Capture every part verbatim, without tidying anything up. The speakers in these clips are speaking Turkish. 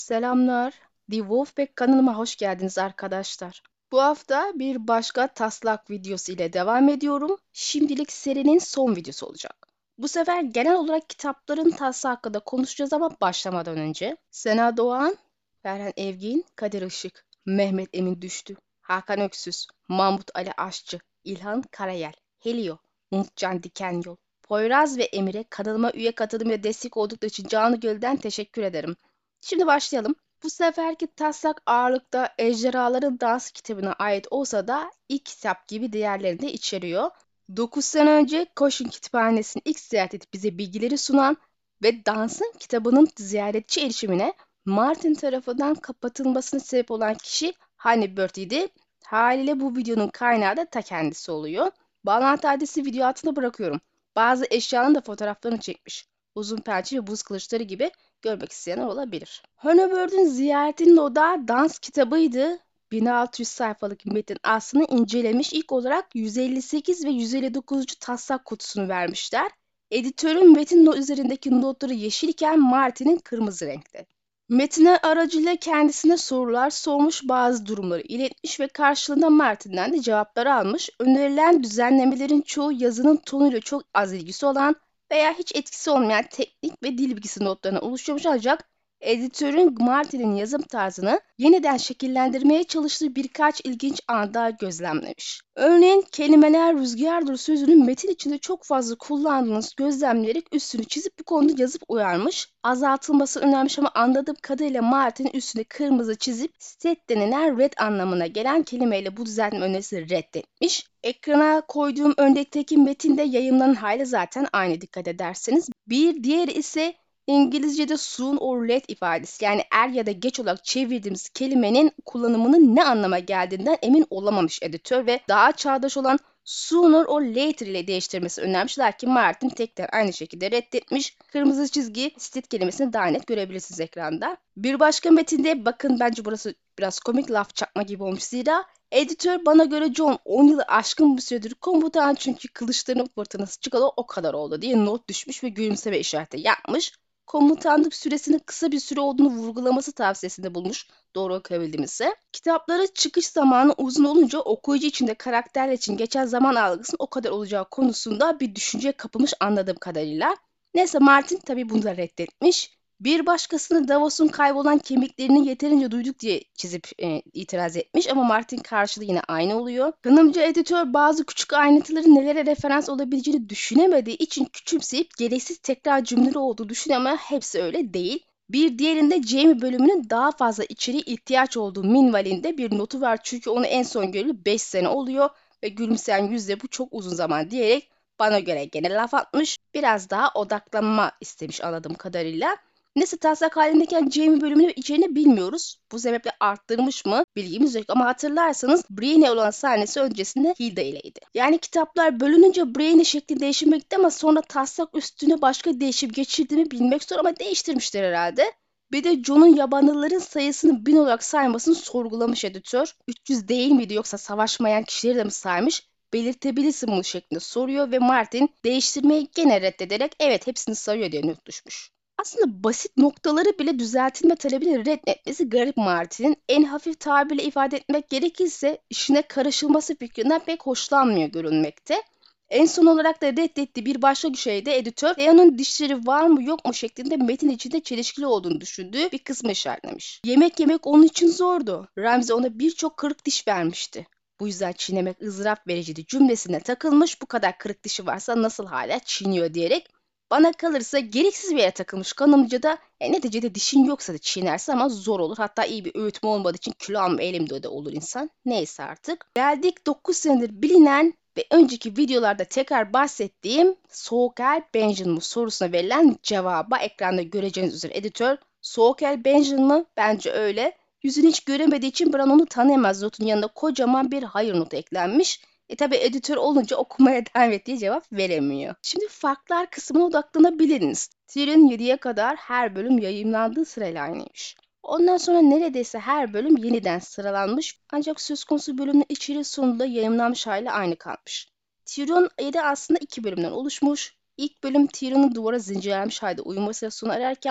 Selamlar. The Wolfpack kanalıma hoş geldiniz arkadaşlar. Bu hafta bir başka taslak videosu ile devam ediyorum. Şimdilik serinin son videosu olacak. Bu sefer genel olarak kitapların taslağı hakkında konuşacağız ama başlamadan önce Sena Doğan, Ferhan Evgin, Kadir Işık, Mehmet Emin Düştü, Hakan Öksüz, Mahmut Ali Aşçı, İlhan Karayel, Helio, Umutcan Dikenyol, Poyraz ve Emir'e kanalıma üye katılım ve destek oldukları için canı gölden teşekkür ederim. Şimdi başlayalım. Bu seferki taslak ağırlıkta Ejderhaların Dansı kitabına ait olsa da ilk kitap gibi diğerlerini de içeriyor. dokuz sene önce Koşun Kütüphanesi'nin ilk ziyaret edip bize bilgileri sunan ve Dans'ın kitabının ziyaretçi erişimine Martin tarafından kapatılmasına sebep olan kişi Honey Bird idi. Haliyle bu videonun kaynağı da ta kendisi oluyor. Bağlantı adresi video altına bırakıyorum. Bazı eşyanın da fotoğraflarını çekmiş. Uzun pençe ve buz kılıçları gibi görmek isteyenler olabilir. Honeybird'ün ziyaretinin odağı dans kitabıydı. bin altı yüz sayfalık metin aslında incelemiş. İlk olarak yüz elli sekiz ve yüz elli dokuzuncu taslak kutusunu vermişler. Editörün metin no- üzerindeki notları yeşilken Martin'in kırmızı renkte. Metine aracıyla kendisine sorular sormuş, bazı durumları iletmiş ve karşılığında Martin'den de cevaplar almış. Önerilen düzenlemelerin çoğu yazının tonuyla çok az ilgisi olan veya hiç etkisi olmayan teknik ve dil bilgisi notlarına oluşturmuş, ancak editörün Martin'in yazım tarzını yeniden şekillendirmeye çalıştığı birkaç ilginç an daha gözlemlemiş. Örneğin kelimeler rüzgardır sözünün metin içinde çok fazla kullandığınız gözlemleyerek üstünü çizip bu konuda yazıp uyarmış. Azaltılması önemli ama anladığım kadarıyla Martin üstüne kırmızı çizip stet denilen red anlamına gelen kelimeyle bu düzenleme önerisini reddetmiş. Ekrana koyduğum örnekteki metinde yayımlanan hali zaten aynı, dikkat ederseniz. Bir diğeri ise İngilizce'de soon or late ifadesi, yani er ya da geç olarak çevirdiğimiz kelimenin kullanımının ne anlama geldiğinden emin olamamış editör ve daha çağdaş olan sooner or later ile değiştirmesi önermiş. Lakin Martin tekrar aynı şekilde reddetmiş. Kırmızı çizgi state kelimesini daha net görebilirsiniz ekranda. Bir başka metinde, bakın bence burası biraz komik laf çakma gibi olmuş, zira editör bana göre John on yılı aşkın bir süredir komutan, çünkü kılıçlarının fırtınası çıkalı o kadar oldu diye not düşmüş ve gülümseme işareti yapmış. Komutanlık süresinin kısa bir süre olduğunu vurgulaması tavsiyesinde bulmuş, doğru okuyabildiğimizse. Kitapları çıkış zamanı uzun olunca okuyucu için de karakterler için geçen zaman algısının o kadar olacağı konusunda bir düşünceye kapılmış anladığım kadarıyla. Neyse, Martin tabii bunu da reddetmiş. Bir başkasını Davos'un kaybolan kemiklerini yeterince duyduk diye çizip e, itiraz etmiş ama Martin karşılığı yine aynı oluyor. Kanımcı editör bazı küçük ayrıntıların nelere referans olabileceğini düşünemediği için küçümseyip gereksiz tekrar cümleleri olduğu düşünüyor ama hepsi öyle değil. Bir diğerinde Jamie bölümünün daha fazla içeriğe ihtiyaç olduğu minvalinde bir notu var, çünkü onu en son görülü beş sene oluyor ve gülümseyen yüzle bu çok uzun zaman diyerek bana göre gene laf atmış. Biraz daha odaklanma istemiş anladığım kadarıyla. Neyse, taslak halindeyken Jamie bölümünü ve içeriğini bilmiyoruz. Bu sebeple arttırmış mı bilgimiz yok ama hatırlarsanız Brienne olan sahnesi öncesinde Hilda ileydi. Yani kitaplar bölününce Brienne şekli değişmekte ama sonra taslak üstüne başka değişim geçirdi mi bilmek zor ama değiştirmişler herhalde. Bir de Jon'un yabanlıların sayısını bin olarak saymasını sorgulamış editör. üç yüz değil miydi, yoksa savaşmayan kişileri de mi saymış? Belirtebilirsin bunu şeklinde soruyor ve Martin değiştirmeyi gene reddederek evet hepsini sayıyor diye not düşmüş. Aslında basit noktaları bile düzeltilme talebini reddetmesi garip Martin'in. En hafif tabirle ifade etmek gerekirse işine karışılması fikrinden pek hoşlanmıyor görünmekte. En son olarak da reddettiği bir başka şey de editör Theon'un dişleri var mı yok mu şeklinde metin içinde çelişkili olduğunu düşündüğü bir kısmı işaretlemiş. Yemek yemek onun için zordu. Ramsay ona birçok kırık diş vermişti. Bu yüzden çiğnemek ızdırap vericiydi cümlesine takılmış, bu kadar kırık dişi varsa nasıl hala çiğniyor diyerek. Bana kalırsa gereksiz bir yere takılmış kanımca da e, neticede dişin yoksa da çiğnerse ama zor olur. Hatta iyi bir öğütme olmadığı için kilo alma eğilimde de olur insan. Neyse artık. Geldik dokuz senedir bilinen ve önceki videolarda tekrar bahsettiğim Soğuk El Benjamin mı sorusuna verilen cevaba. Ekranda göreceğiniz üzere editör Soğuk El Benjamin mı? Bence öyle. Yüzünü hiç göremediği için Bran onu tanıyamaz notun yanında kocaman bir hayır notu eklenmiş. E tabi editör olunca okumaya devam et diye cevap veremiyor. Şimdi farklar kısmına odaklanabiliriz. Tyrion yediye kadar her bölüm yayımlandığı sırayla aynıymış. Ondan sonra neredeyse her bölüm yeniden sıralanmış, ancak söz konusu bölümün içeriği sonunda yayımlanmış hali aynı kalmış. Tyrion yedi aslında iki bölümden oluşmuş. İlk bölüm Tyrion'un duvara zincirlenmiş halde uyumasıyla sona ererken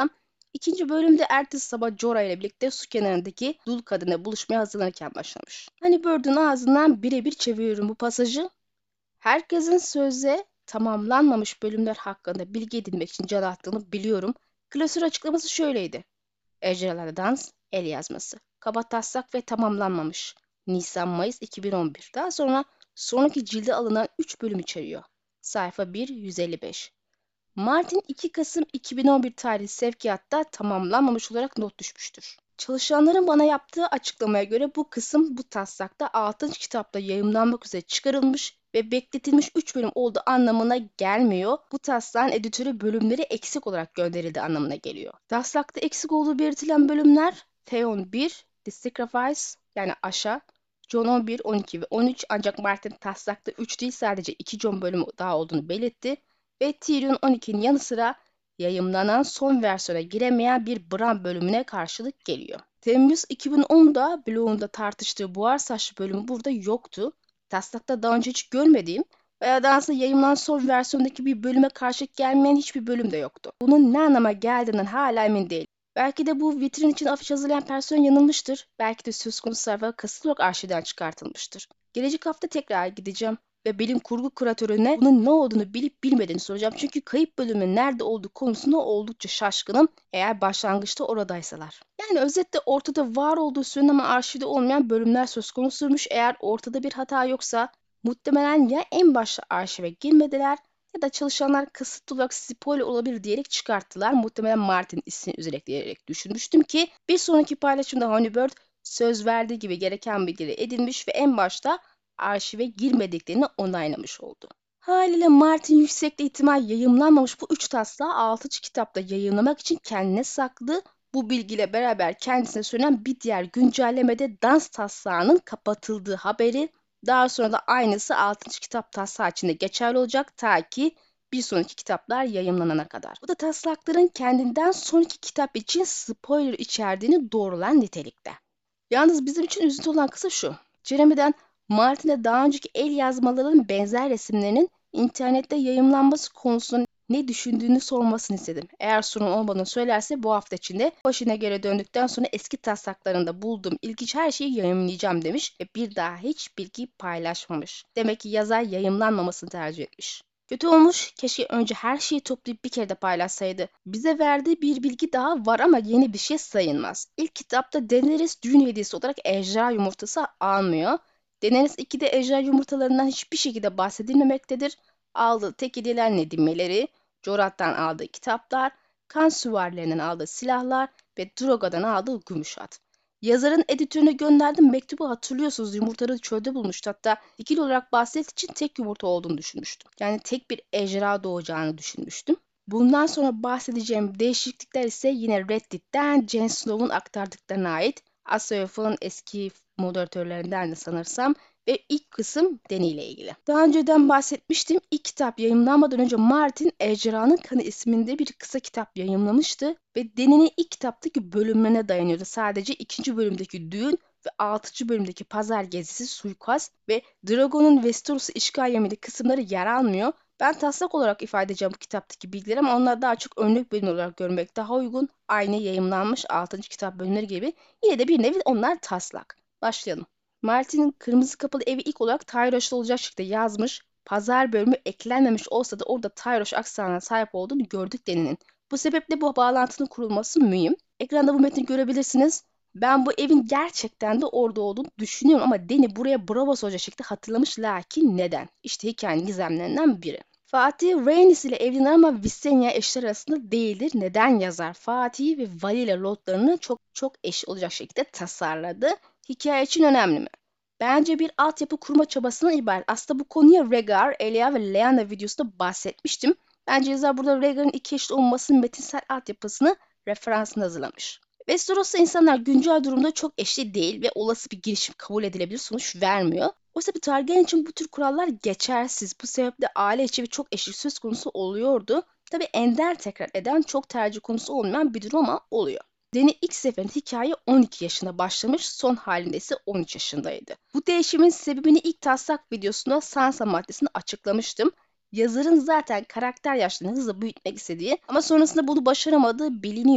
İkinci bölümde ertesi sabah Jorah ile birlikte su kenarındaki dul kadına buluşmaya hazırlanırken başlamış. Hani Bird'ün ağzından birebir çeviriyorum bu pasajı. Herkesin sözde tamamlanmamış bölümler hakkında bilgi edinmek için can attığını biliyorum. Klasör açıklaması şöyleydi. Ejderhalarla Dans, el yazması. Kabataslak ve tamamlanmamış. Nisan-Mayıs iki bin on bir. Daha sonra sonraki cilde alınan üç bölüm içeriyor. Sayfa bir yüz elli beş. Martin iki Kasım iki bin on bir tarihli sevkiyatta tamamlanmamış olarak not düşmüştür. Çalışanların bana yaptığı açıklamaya göre bu kısım bu taslakta altıncı kitapta yayımlanmak üzere çıkarılmış ve bekletilmiş üç bölüm olduğu anlamına gelmiyor. Bu taslağın editörü bölümleri eksik olarak gönderildi anlamına geliyor. Taslakta eksik olduğu belirtilen bölümler Theon bir, The Sacrifice yani Aşa, Jon on bir, on iki ve on üç ancak Martin taslakta üç değil sadece iki Jon bölümü daha olduğunu belirtti ve Tyrion on ikinin yanı sıra yayımlanan son versiyona giremeyen bir Bran bölümüne karşılık geliyor. Temmuz iki bin onda Blue'un da tartıştığı buhar saçlı bölümü burada yoktu. Taslakta daha önce hiç görmediğim veya daha sonra yayımlanan son versiyondaki bir bölüme karşılık gelmeyen hiçbir bölüm de yoktu. Bunun ne anlama geldiğinden hala emin değilim. Belki de bu vitrin için afiş hazırlayan personel yanılmıştır. Belki de söz konusu sayfa kasıtlı olarak arşivden çıkartılmıştır. Gelecek hafta tekrar gideceğim ve bilim kurgu kuratörüne bunun ne olduğunu bilip bilmediğini soracağım. Çünkü kayıp bölümün nerede olduğu konusunda oldukça şaşkınım eğer başlangıçta oradaysalar. Yani özetle ortada var olduğu söylenen ama arşivde olmayan bölümler söz konusuymuş. Eğer ortada bir hata yoksa muhtemelen ya en başta arşive girmediler ya da çalışanlar kasıtlı olarak spoiler olabilir diyerek çıkarttılar. Muhtemelen Martin ismini üzerek diyerek düşünmüştüm ki bir sonraki paylaşımda Honeybird söz verdiği gibi gereken bilgileri edinmiş ve en başta arşive girmediklerini onaylamış oldu. Haliyle Martin yüksekli ihtimal yayımlanmamış bu üç taslağı altıncı kitapta yayımlamak için kendine sakladı. Bu bilgiyle beraber kendisine söylenen bir diğer güncellemede dans taslağının kapatıldığı haberi daha sonra da aynısı altıncı kitap taslağı içinde geçerli olacak ta ki bir sonraki kitaplar yayımlanana kadar. Bu da taslakların kendinden sonraki kitap için spoiler içerdiğini doğrulayan nitelikte. Yalnız bizim için üzüntü olan kısa şu. Jeremy'den Martin'e daha önceki el yazmalarının benzer resimlerinin internette yayımlanması konusunda ne düşündüğünü sormasını istedim. Eğer sorun olmadığını söylerse bu hafta içinde başına geri döndükten sonra eski taslaklarında bulduğum ilginç her şeyi yayımlayacağım demiş ve bir daha hiç bilgi paylaşmamış. Demek ki yazar yayımlanmamasını tercih etmiş. Kötü olmuş. Keşke önce her şeyi toplayıp bir kere de paylaşsaydı. Bize verdiği bir bilgi daha var ama yeni bir şey sayılmaz. İlk kitapta Daenerys düğün hediyesi olarak ejderha yumurtası almıyor. Daenerys ikide ejderha yumurtalarından hiçbir şekilde bahsedilmemektedir. Aldığı tek hediyeler Nedimeleri, Jorah'tan aldığı kitaplar, kan süvarilerinden aldığı silahlar ve Drogo'dan aldığı gümüş at. Yazarın editörüne gönderdiğim mektubu hatırlıyorsunuz, yumurtaları çölde bulmuştu. Hatta dikil olarak bahsettiği için tek yumurta olduğunu düşünmüştüm. Yani tek bir ejderha doğacağını düşünmüştüm. Bundan sonra bahsedeceğim değişiklikler ise yine Reddit'ten Jon Snow'un aktardıklarına ait. Asyaf'ın eski moderatörlerinden de sanırsam ve ilk kısım Dany ile ilgili. Daha önceden bahsetmiştim. İlk kitap yayımlanmadan önce Martin Ejderhanın Kanı isminde bir kısa kitap yayımlamıştı ve Dany'nin ilk kitaptaki bölümlerine dayanıyordu. Sadece ikinci bölümdeki düğün ve altıncı bölümdeki pazar gezisi, suikast ve Drogo'nun Westeros'u işgal yemeli kısımları yer almıyor. Ben taslak olarak ifade edeceğim bu kitaptaki bilgileri ama onlar daha çok örnek bölüm olarak görmek daha uygun. Aynı yayımlanmış altıncı kitap bölümleri gibi. Yine de bir nevi onlar taslak. Başlayalım. Martin'in Kırmızı Kapalı Evi ilk olarak Tyroş'ta olacak şekilde yazmış. Pazar bölümü eklenmemiş olsa da orada Tyroş aksanına sahip olduğunu gördük Dany'nin. Bu sebeple bu bağlantının kurulması mühim. Ekranda bu metni görebilirsiniz. Ben bu evin gerçekten de orada olduğunu düşünüyorum ama Dany buraya Braavos olacak şekilde hatırlamış, lakin neden? İşte hikayenin gizemlerinden biri. Fatih Rhaenys ile evlenir ama Visenya eşler arasında değildir. Neden yazar? Fatih ve Valyria lordlarını çok çok eş olacak şekilde tasarladı. Hikaye için önemli mi? Bence bir altyapı kurma çabasından ibaret. Aslında bu konuya Rhaegar, Elia ve Lyanna videosunda bahsetmiştim. Bence yazar burada Rhaegar'ın iki eşli olmasının metinsel altyapısını referansını hazırlamış. Westeros'ta insanlar güncel durumda çok eşli değil ve olası bir girişim kabul edilebilir sonuç vermiyor. Oysa bir Targaryen için bu tür kurallar geçersiz. Bu sebeple aile içi ve çok eşlik söz konusu oluyordu. Tabi ender tekrar eden, çok tercih konusu olmayan bir durum ama oluyor. Dany ilk seferinde hikaye on iki yaşında başlamış, son halinde ise on üç yaşındaydı. Bu değişimin sebebini ilk taslak videosunda Sansa maddesini açıklamıştım. Yazarın zaten karakter yaşlarını hızla büyütmek istediği ama sonrasında bunu başaramadığı biliniyor.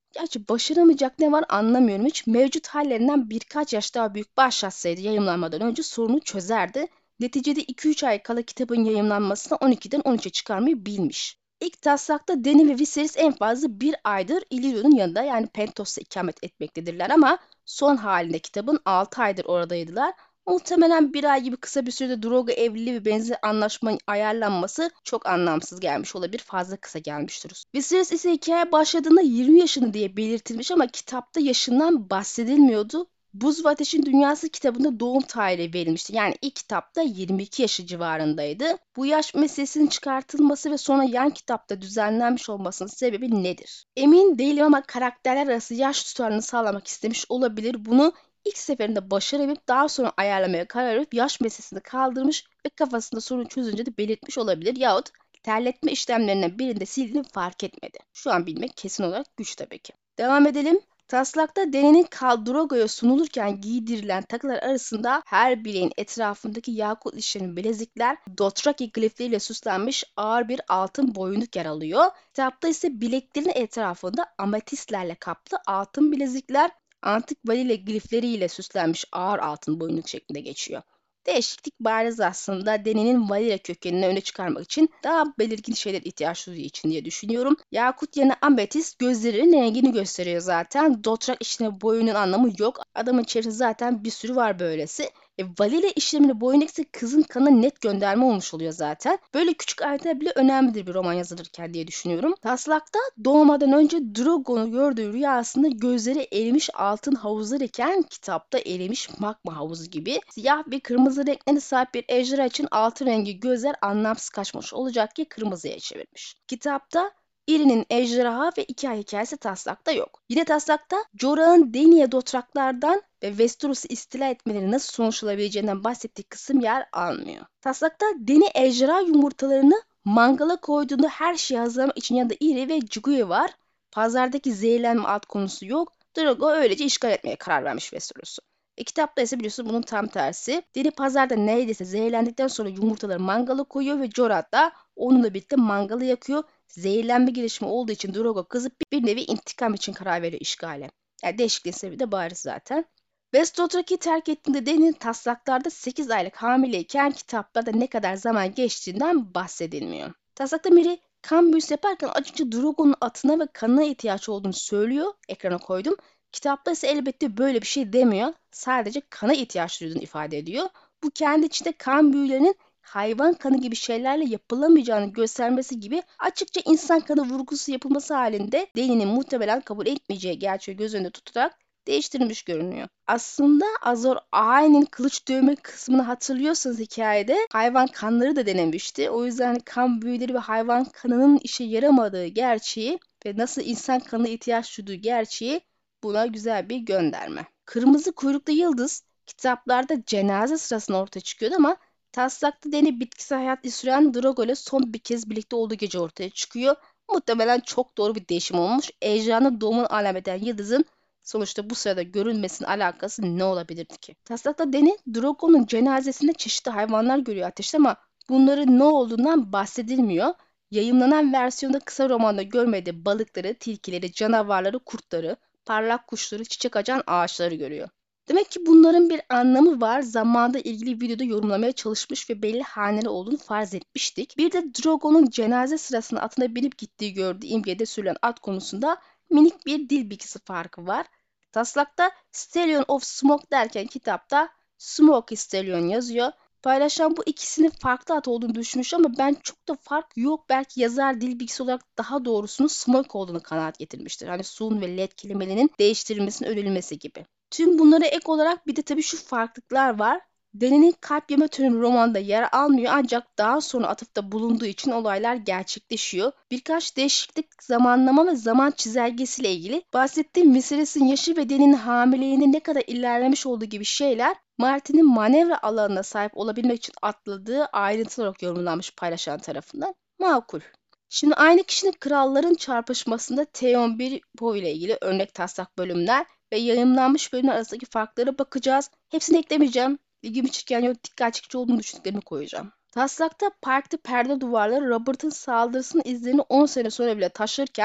Gerçi başaramayacak ne var anlamıyorum hiç. Mevcut hallerinden birkaç yaş daha büyük başlatsaydı yayımlanmadan önce sorunu çözerdi. Neticede iki üç ay kala kitabın yayımlanmasına on ikiden on üçe çıkarmayı bilmiş. İlk taslakta Dany ve Viserys en fazla bir aydır Illyrio'nun yanında yani Pentos'ta ikamet etmektedirler ama son halinde kitabın altı aydır oradaydılar. Muhtemelen bir ay gibi kısa bir sürede Drogo evliliği ve benzeri anlaşmanın ayarlanması çok anlamsız gelmiş olabilir. Fazla kısa gelmiştir. Viserys ise hikaye başladığında yirmi yaşında diye belirtilmiş ama kitapta yaşından bahsedilmiyordu. Buz ve Ateşin Dünyası kitabında doğum tarihi verilmişti. Yani ilk kitapta yirmi iki yaşı civarındaydı. Bu yaş meselesinin çıkartılması ve sonra yan kitapta düzenlenmiş olmasının sebebi nedir? Emin değilim ama karakterler arası yaş tutarını sağlamak istemiş olabilir. Bunu ilk seferinde başaramayıp daha sonra ayarlamaya karar verip yaş meselesini kaldırmış ve kafasında sorun çözünce de belirtmiş olabilir. Yahut terletme işlemlerinden birinde sildiğini fark etmedi. Şu an bilmek kesin olarak güç tabii ki. Devam edelim. Taslakta Dany'nin Khal Drogo'ya sunulurken giydirilen takılar arasında her bireyin etrafındaki yakut işlenen bilezikler Dothraki glifleriyle süslenmiş ağır bir altın boyunluk yer alıyor. Kitapta ise bileklerin etrafında ametistlerle kaplı altın bilezikler antik Valile glifleriyle süslenmiş ağır altın boyunluk şeklinde geçiyor. Değişiklik bariz aslında Dany'nin Valile kökenini öne çıkarmak için daha belirgin şeyler ihtiyaç duyduğu için diye düşünüyorum. Yakut yerine ametist gözlerinin rengini gösteriyor zaten. Dothraki işlemi boyunun anlamı yok. Adamın çevresinde zaten bir sürü var böylesi. E, Valile işlemini boyun ise kızın kanına net gönderme olmuş oluyor zaten. Böyle küçük ayrıntılar bile önemlidir bir roman yazılırken diye düşünüyorum. Taslakta doğmadan önce Drogo'nu gördüğü rüyasında gözleri erimiş altın havuzlar iken kitapta erimiş magma havuzu gibi siyah ve kırmızı renklerine sahip bir ejderha için altın rengi gözler anlamsız kaçmış olacak ki kırmızıya çevirmiş. Kitapta Iri'nin ejderha ve iki ay hikayesi taslakta yok. Yine taslakta Jorah'ın Dany'e Dothraklardan ve Westeros'u istila etmeleri nasıl sonuçlanabileceğinden bahsettiği kısım yer almıyor. Taslakta Dany ejderha yumurtalarını mangala koyduğunda her şeyi hazırlamak için yanında Iri ve Jigu'i var. Pazardaki zehirlenme alt konusu yok. Drogo öylece işgal etmeye karar vermiş Westeros'u. E, kitapta ise biliyorsunuz bunun tam tersi. Dany pazarda neredeyse zehirlendikten sonra yumurtaları mangala koyuyor ve Jorah da onunla birlikte mangalı yakıyor. Zehirlenme gelişimi olduğu için Drogo kızıp bir nevi intikam için karar veriyor işgale. Yani değişikliğin sebebi de bariz zaten. West Dothraki'yi terk ettiğinde Dany'nin taslaklarda sekiz aylık hamileyken kitaplarda ne kadar zaman geçtiğinden bahsedilmiyor. Taslakta Miri kan büyüsü yaparken açıkça Drogo'nun atına ve kanına ihtiyaç olduğunu söylüyor. Ekrana koydum. Kitapta ise elbette böyle bir şey demiyor. Sadece kana ihtiyaç duyduğunu ifade ediyor. Bu kendi içinde kan büyülerinin hayvan kanı gibi şeylerle yapılamayacağını göstermesi gibi açıkça insan kanı vurgusu yapılması halinde Dany'nin muhtemelen kabul etmeyeceği gerçeği göz önünde tutarak değiştirilmiş görünüyor. Aslında Azor Ahai'nin kılıç dövme kısmını hatırlıyorsanız hikayede hayvan kanları da denemişti. O yüzden kan büyüleri ve hayvan kanının işe yaramadığı gerçeği ve nasıl insan kanına ihtiyaç duyduğu gerçeği buna güzel bir gönderme. Kırmızı kuyruklu yıldız kitaplarda cenaze sırasında ortaya çıkıyordu ama taslakta Dany bitkisel hayat süren Drogo ile son bir kez birlikte olduğu gece ortaya çıkıyor. Muhtemelen çok doğru bir değişim olmuş. Ejderhanın doğumunu alamet eden yıldızın sonuçta bu sırada görülmesinin alakası ne olabilirdi ki? Taslakta Dany Drogo'nun cenazesinde çeşitli hayvanlar görüyor ateşte ama bunların ne olduğundan bahsedilmiyor. Yayımlanan versiyonda kısa romanda görmediği balıkları, tilkileri, canavarları, kurtları, parlak kuşları, çiçek açan ağaçları görüyor. Demek ki bunların bir anlamı var. Zamanında ilgili videoda yorumlamaya çalışmış ve belli haneleri olduğunu farz etmiştik. Bir de Drogo'nun cenaze sırasında atına binip gittiği gördüğü imgede sürülen at konusunda minik bir dil bilgisi farkı var. Taslakta Stallion of Smoke derken kitapta Smoky Stallion yazıyor. Paylaşan bu ikisinin farklı at olduğunu düşünmüş ama ben çok da fark yok. Belki yazar dil bilgisi olarak daha doğrusunu Smoke olduğunu kanaat getirmiştir. Hani soon ve let kelimelerinin değiştirilmesinin önlenmesi gibi. Tüm bunlara ek olarak bir de tabii şu farklılıklar var. Dany'nin kalp yeme töreni romanda yer almıyor ancak daha sonra atıfta bulunduğu için olaylar gerçekleşiyor. Birkaç değişiklik zamanlama ve zaman çizelgesiyle ilgili bahsettiğim Viserys'in yaşı ve Dany'nin hamileliğinde ne kadar ilerlemiş olduğu gibi şeyler Martin'in manevra alanına sahip olabilmek için atladığı ayrıntılı olarak yorumlanmış paylaşan tarafından. Makul. Şimdi aynı kişinin kralların çarpışmasında T on bir Poe ile ilgili örnek taslak bölümler ve yayımlanmış bölümler arasındaki farklara bakacağız. Hepsini eklemeyeceğim. İlgimi çeken yok dikkat çekici olduğunu düşündüklerimi koyacağım. Taslakta parkta perde duvarları Robert'ın saldırısının izlerini on sene sonra bile taşırken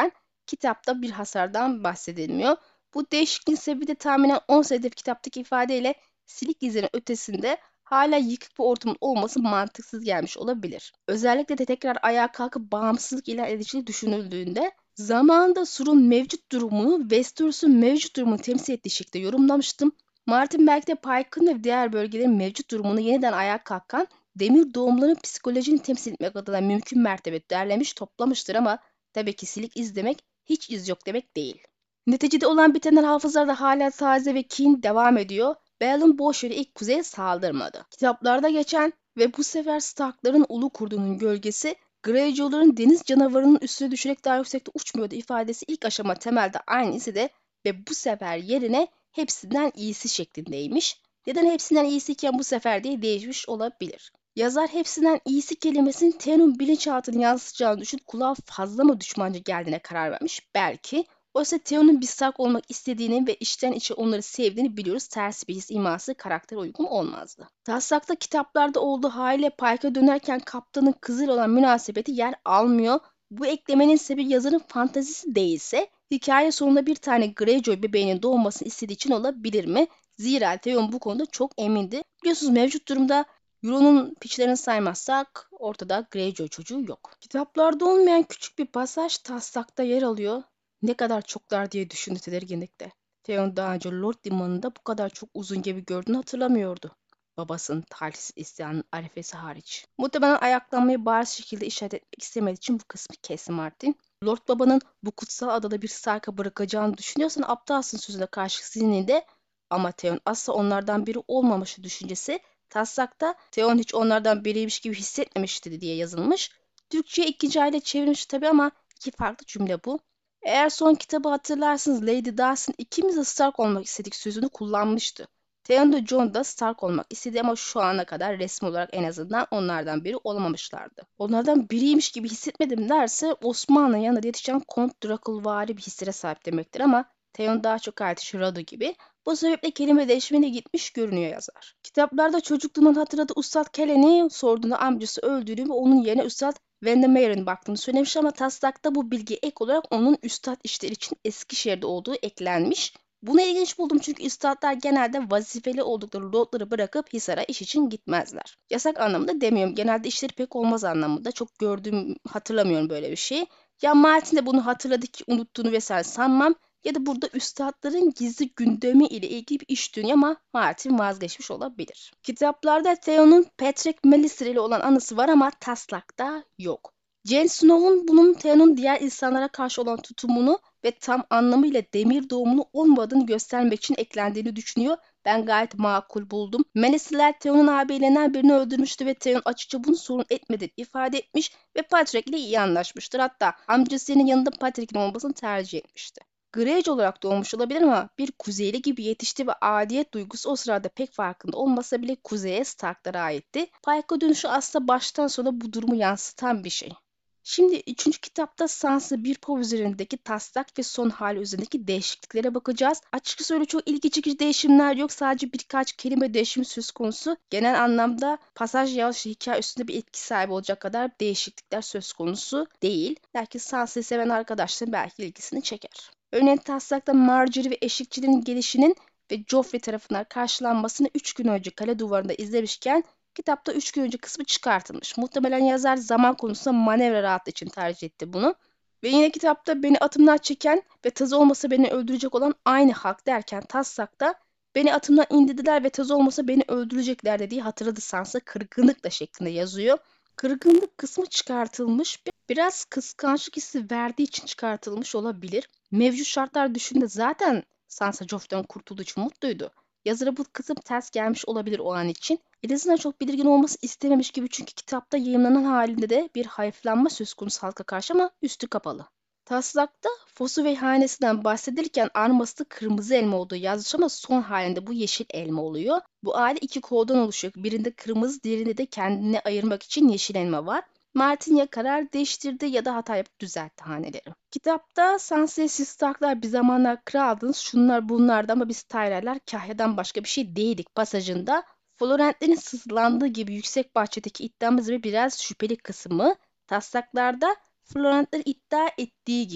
kitapta bir hasardan bahsedilmiyor. Bu değişikliğin sebebi de tahminen on senedir kitaptaki ifadeyle silik izlerin ötesinde hala yıkık bir ortamın olması mantıksız gelmiş olabilir. Özellikle de tekrar ayağa kalkıp bağımsızlık ilan edildiği düşünüldüğünde zamanında Sur'un mevcut durumunu Westeros'un mevcut durumunu temsil ettiği şekilde yorumlamıştım. Martin belki de Pike'ın ve diğer bölgelerin mevcut durumunu yeniden ayağa kalkan demir doğumların psikolojisini temsil etmek adına mümkün mertebe derlemiş toplamıştır ama tabii ki silik iz demek hiç iz yok demek değil. Neticede olan bitenler hafızalarda hala taze ve kin devam ediyor. Balon boş yere ilk kuzeye saldırmadı. Kitaplarda geçen ve bu sefer Stark'ların ulu kurdunun gölgesi Greyjoy'ların deniz canavarının üstüne düşerek daha yüksekte uçmuyordu ifadesi ilk aşama temelde aynı ise de ve bu sefer yerine hepsinden iyisi şeklindeymiş. Neden hepsinden iyisiyken bu sefer diye değişmiş olabilir. Yazar hepsinden iyisi kelimesinin Theon'un bilinçaltını yansıtacağını düşünüp kulağa fazla mı düşmanca geldiğine karar vermiş. Belki. Oysa Theon'un bir Stark olmak istediğini ve içten içe onları sevdiğini biliyoruz. Ters bir his iması karaktere uygun olmazdı. Taslak'ta kitaplarda olduğu haliyle Pike'a dönerken kaptanın kızıyla olan münasebeti yer almıyor. Bu eklemenin sebebi yazarın fantazisi değilse hikaye sonunda bir tane Greyjoy bebeğinin doğmasını istediği için olabilir mi? Zira Theon bu konuda çok emindi. Biliyorsunuz mevcut durumda Euron'un piçlerini saymazsak ortada Greyjoy çocuğu yok. Kitaplarda olmayan küçük bir pasaj taslakta yer alıyor. Ne kadar çoklar diye düşündü tedirginlikte. Theon daha önce Lord Liman'ında bu kadar çok uzun gemi gördüğünü hatırlamıyordu. Babasının talihsiz isyanının arifesi hariç. Muhtemelen ayaklanmayı bariz şekilde işaret etmek istemediği için bu kısmı kesti Martin. Lord Baba'nın bu kutsal adada bir Stark'a bırakacağını düşünüyorsan aptalsın sözüne karşı zihninde ama Theon asla onlardan biri olmamışı düşüncesi taslakta Theon hiç onlardan biriymiş gibi hissetmemişti diye yazılmış. Türkçe'ye ikinci aile çevrilmiş tabi ama iki farklı cümle bu. Eğer son kitabı hatırlarsınız Lady Darcy ikimiz de Stark olmak istedik sözünü kullanmıştı. Theon da Jon da Stark olmak istedi ama şu ana kadar resmi olarak en azından onlardan biri olamamışlardı. Onlardan biriymiş gibi hissetmedim derse Osmanlı yanında yetişen Kont Drakulvari bir hislere sahip demektir ama Theon daha çok artışı Rado gibi. Bu sebeple kelime değişimine gitmiş görünüyor yazar. Kitaplarda çocukluğundan hatırladığı Üstad Kellen'i sorduğunda amcası öldüğünü ve onun yerine Üstad Vandermeer'in baktığını söylemiş ama taslakta bu bilgi ek olarak onun üstad işleri için Eskişehir'de olduğu eklenmiş. Bunu ilginç buldum çünkü üstadlar genelde vazifeli oldukları lordları bırakıp Hisar'a iş için gitmezler. Yasak anlamında demiyorum. Genelde işleri pek olmaz anlamında. Çok gördüğüm hatırlamıyorum böyle bir şey. Ya Martin de bunu hatırladı ki unuttuğunu vesaire sanmam. Ya da burada üstadların gizli gündemi ile ilgili bir iş dönüyor ama Martin vazgeçmiş olabilir. Kitaplarda Theon'un Patrick Melisandre ile olan anısı var ama taslakta yok. Jon Snow'un bunun Theon'un diğer insanlara karşı olan tutumunu ve tam anlamıyla demir doğumunu olmadığını göstermek için eklendiğini düşünüyor. Ben gayet makul buldum. Melisandre Theon'un abiylerinden birini öldürmüştü ve Theon açıkça bunu sorun etmediğini ifade etmiş ve Patrick ile iyi anlaşmıştır. Hatta amcasının yanında Patrick'in olmasını tercih etmişti. Greyjoy olarak doğmuş olabilir ama bir kuzeyli gibi yetişti ve aidiyet duygusu o sırada pek farkında olmasa bile kuzeye Stark'lara aitti. Pike'a dönüşü aslında baştan sona bu durumu yansıtan bir şey. Şimdi üçüncü kitapta Sansa bir pov üzerindeki taslak ve son hali üzerindeki değişikliklere bakacağız. Açıkçası öyle çok ilgi çekici değişimler yok. Sadece birkaç kelime değişimi söz konusu. Genel anlamda pasaj yavaş hikaye üstünde bir etki sahibi olacak kadar değişiklikler söz konusu değil. Belki Sansa'yı seven arkadaşların belki ilgisini çeker. Örneğin taslakta Margaery ve eşlikçilerin gelişinin ve Joffrey tarafından karşılanmasını üç gün önce kale duvarında izlemişken kitapta üç gün önce kısmı çıkartılmış. Muhtemelen yazar zaman konusunda manevra rahatlığı için tercih etti bunu. Ve yine kitapta beni atımdan çeken ve tazı olmasa beni öldürecek olan aynı halk derken taslakta beni atımdan indirdiler ve tazı olmasa beni öldürecekler dediği hatırladı Sansa kırgınlıkla şeklinde yazıyor. Kırgınlık kısmı çıkartılmış. Biraz kıskançlık hissi verdiği için çıkartılmış olabilir. Mevcut şartlar düşünde zaten Sansa Joffrey'den kurtulduğu için mutluydu. Yazara bu kısım ters gelmiş olabilir o an için. En çok belirgin olması istememiş gibi çünkü kitapta yayımlanan halinde de bir hayıflanma söz konusu halka karşı ama üstü kapalı. Taslakta Fosu ve hanesinden bahsedilirken arması kırmızı elma olduğu yazmış ama son halinde bu yeşil elma oluyor. Bu aile iki koldan oluşuyor. Birinde kırmızı, diğerinde de kendini ayırmak için yeşil elma var. Martin ya karar değiştirdi ya da hata yapıp düzeltti haneleri. Kitapta Sansa'ya siz Stark'lar bir zamanlar kraldınız, şunlar bunlardı ama biz Tyrell'ler kahyadan başka bir şey değildik pasajında Florentlerin sızlandığı gibi yüksek bahçedeki iddiamız ve biraz şüpheli kısmı taslaklarda Florentlerin iddia ettiği gibi.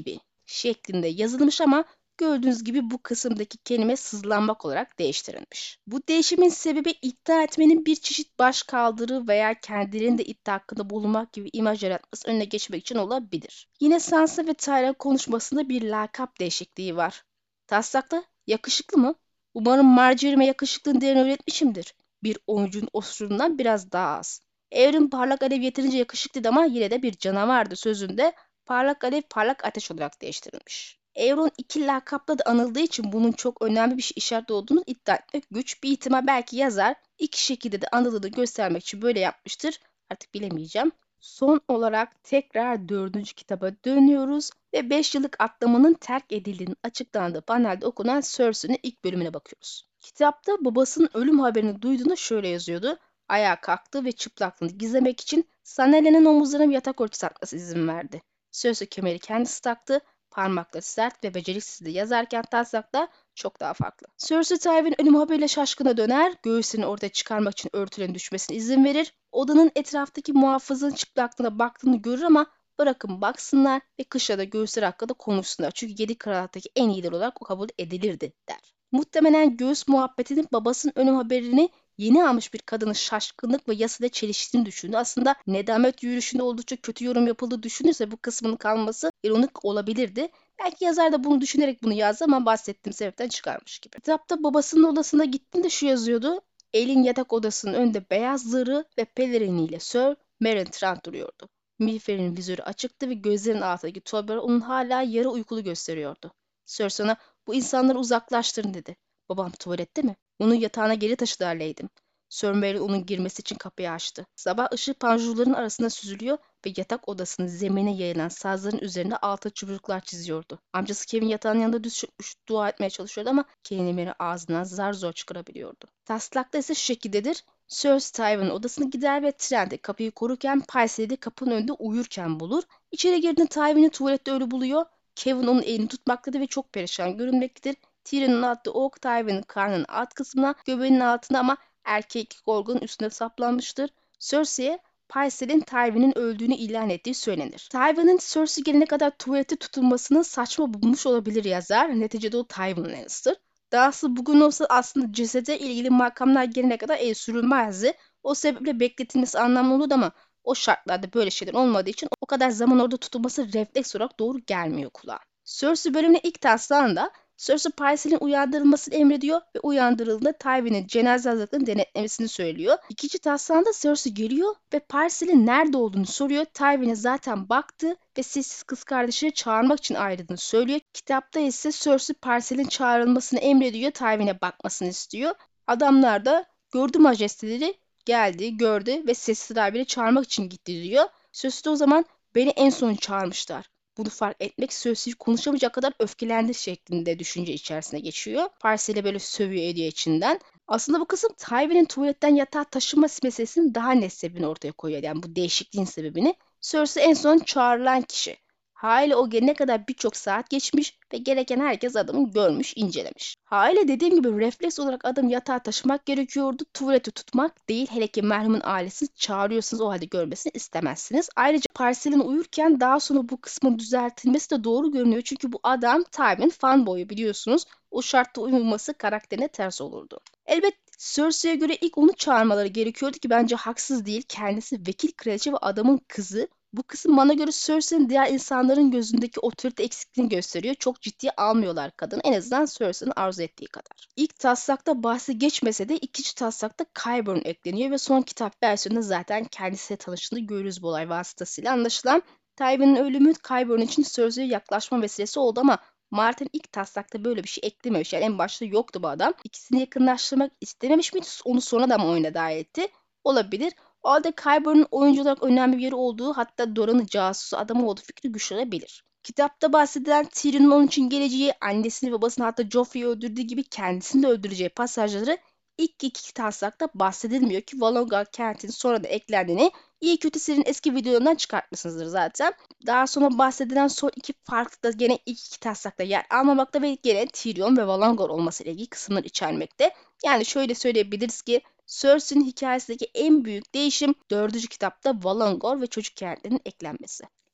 şeklinde yazılmış ama gördüğünüz gibi bu kısımdaki kelime sızlanmak olarak değiştirilmiş. Bu değişimin sebebi iddia etmenin bir çeşit başkaldırı veya kendilerinin de iddia hakkında bulunmak gibi imaj yaratması önüne geçmek için olabilir. Yine Sansa ve Tyrion konuşmasında bir lakap değişikliği var. Taslakta yakışıklı mı? Umarım Marjorie'me yakışıklığın değerini öğretmişimdir. Bir oyuncunun osurundan biraz daha az. Evrim parlak alev yeterince yakışıklıydı ama yine de bir canavardı sözünde parlak alev parlak ateş olarak değiştirilmiş. Euron iki lakapla da anıldığı için bunun çok önemli bir şey işaret olduğunu iddia etmek güç. Bir ihtimal belki yazar iki şekilde de anıldığını göstermek için böyle yapmıştır. Artık bilemeyeceğim. Son olarak tekrar dördüncü kitaba dönüyoruz ve beş yıllık atlamanın terk edildiğinin açıklandığı panelde okunan Cersei'nin ilk bölümüne bakıyoruz. Kitapta babasının ölüm haberini duyduğunda şöyle yazıyordu. Ayağa kalktı ve çıplaklığını gizlemek için Sanela'nın omuzlarına bir yatak örtüsü atması izin verdi. Cersei kemeri kendisi taktı. Parmakları sert ve beceriksizdi yazarken taslakta çok daha farklı. Cersei Tywin ölüm haberiyle şaşkına döner, göğsünü ortaya çıkarmak için örtülerin düşmesine izin verir. Odanın etraftaki muhafızın çıplaklığına baktığını görür ama bırakın baksınlar ve kışla da göğüsleri hakkında konuşsunlar. Çünkü yedi krallıktaki en iyiler olarak o kabul edilirdi der. Muhtemelen göğüs muhabbetinin babasının ölüm haberini yeni almış bir kadının şaşkınlık ve yasayla çeliştiğini düşündü. Aslında nedamet yürüyüşünde oldukça kötü yorum yapıldığı düşünürse bu kısmının kalması ironik olabilirdi. Belki yazar da bunu düşünerek bunu yazdı ama bahsettiğim sebepten çıkarmış gibi. Kitapta babasının odasına gittiğinde şu yazıyordu. Elin yatak odasının önünde beyaz zırhı ve peleriniyle Sir Meryn Trant duruyordu. Miğferin vizörü açıktı ve gözlerinin altındaki tuğlaları onun hala yarı uykulu gösteriyordu. Sir sana bu insanları uzaklaştırın dedi. Babam tuvalette mi? Onu yatağına geri taşıdılar Leydim. Sir Meryn onun girmesi için kapıyı açtı. Sabah ışığı panjurların arasında süzülüyor ve yatak odasının zemine yayılan sazların üzerinde altın çubuklar çiziyordu. Amcası Kevin yatağın yanında düz çökmüş dua etmeye çalışıyordu ama kelimeleri ağzından zar zor çıkarabiliyordu. Taslakta ise şu şekildedir. Cersei Tywin'in odasına gider ve Trent'e kapıyı korurken Pycelle'de kapının önünde uyurken bulur. İçeri girdiğinde Tywin'i tuvalette ölü buluyor. Kevin onun elini tutmaktadır ve çok perişan görünmektedir. Tyrion'un attığı ok Tywin'in karnının alt kısmına, göbeğinin altında ama erkek organın üstüne saplanmıştır. Cersei'ye Pycelle'in Tywin'in öldüğünü ilan ettiği söylenir. Tywin'in Cersei gelene kadar tuvalette tutulmasını saçma bulmuş olabilir yazar. Neticede o Tywin Lannister. Dahası bugün olsa aslında cesede ilgili makamlar gelene kadar el sürülmezdi. O sebeple bekletilmesi anlamlı olurdu ama o şartlarda böyle şeyler olmadığı için o kadar zaman orada tutulması refleks olarak doğru gelmiyor kulağa. Cersei bölümüne ilk taslağında Cersei Pycelle'in uyandırılmasını emrediyor ve uyandırıldığında Tywin'in cenaze hazırlıklarını denetlemesini söylüyor. İkinci taslağında Cersei geliyor ve Pycelle'in nerede olduğunu soruyor. Tywin'e zaten baktı ve sessiz kız kardeşini çağırmak için ayrıldığını söylüyor. Kitapta ise Cersei Pycelle'in çağrılmasını emrediyor. Tywin'e bakmasını istiyor. Adamlar da gördü majesteleri geldi, gördü ve sessiz Tywin'i çağırmak için gitti diyor. Cersei de o zaman beni en son çağırmışlar. Bunu fark etmek Cersei'yi konuşamayacak kadar öfkelendi şeklinde düşünce içerisine geçiyor. Pycelle'e böyle sövüyor ediyor içinden. Aslında bu kısım Tywin'in tuvaletten yatağa taşınma meselesinin daha net sebebini ortaya koyuyor. Yani bu değişikliğin sebebini. Cersei en son çağrılan kişi. Haliyle o gelene kadar birçok saat geçmiş ve gereken herkes adamı görmüş, incelemiş. Haliyle dediğim gibi refleks olarak adamı yatağa taşımak gerekiyordu. Tuvaleti tutmak değil, hele ki merhumun ailesini çağırıyorsunuz o halde görmesini istemezsiniz. Ayrıca Pycelle'in uyurken daha sonra bu kısmın düzeltilmesi de doğru görünüyor. Çünkü bu adam Tywin fanboyu biliyorsunuz. O şartta uyuması karakterine ters olurdu. Elbette Cersei'ye göre ilk onu çağırmaları gerekiyordu ki bence haksız değil. Kendisi vekil kraliçe ve adamın kızı. Bu kısım bana göre Cersei'nin diğer insanların gözündeki otorite eksikliğini gösteriyor. Çok ciddiye almıyorlar kadını. En azından Cersei'nin arzu ettiği kadar. İlk taslakta bahsi geçmese de ikinci taslakta Qyburn ekleniyor ve son kitap versiyonunda zaten kendisiyle tanıştığını görürüz bu olay vasıtasıyla. Anlaşılan Tywin'in ölümü Qyburn için Cersei'ye yaklaşma vesilesi oldu ama Martin ilk taslakta böyle bir şey eklememiş. Yani en başta yoktu bu adam. İkisini yakınlaştırmak istememiş miydi? Onu sonradan oyuna dahil etti. Olabilir. O halde Qyburn'un oyuncu olarak önemli bir yeri olduğu, hatta Doran'ın casusu adamı olduğu fikri güçlenebilir. Kitapta bahsedilen Tyrion'un onun için geleceği, annesini babasını hatta Joffrey'i öldürdüğü gibi kendisini de öldüreceği pasajları ilk iki taslakta bahsedilmiyor ki Valonqar kentinin sonra da eklendiğini iyi kötü serinin eski videolarından çıkartmışsınızdır zaten. Daha sonra bahsedilen son iki farklı da gene ilk iki taslakta yer almamakta ve gene Tyrion ve Valonqar olmasıyla ilgili kısımlar içermekte. Yani şöyle söyleyebiliriz ki Cersei'nin hikayesindeki en büyük değişim dördüncü kitapta Valonqar ve çocuk kentlerinin eklenmesi.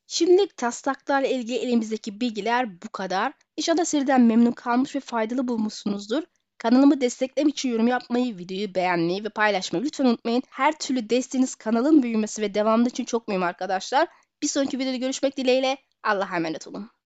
Şimdilik taslaklarla ilgili elimizdeki bilgiler bu kadar. İnşallah seriden memnun kalmış ve faydalı bulmuşsunuzdur. Kanalımı desteklemek için yorum yapmayı, videoyu beğenmeyi ve paylaşmayı lütfen unutmayın. Her türlü desteğiniz kanalın büyümesi ve devamı için çok mühim arkadaşlar. Bir sonraki videoda görüşmek dileğiyle. Allah'a emanet olun.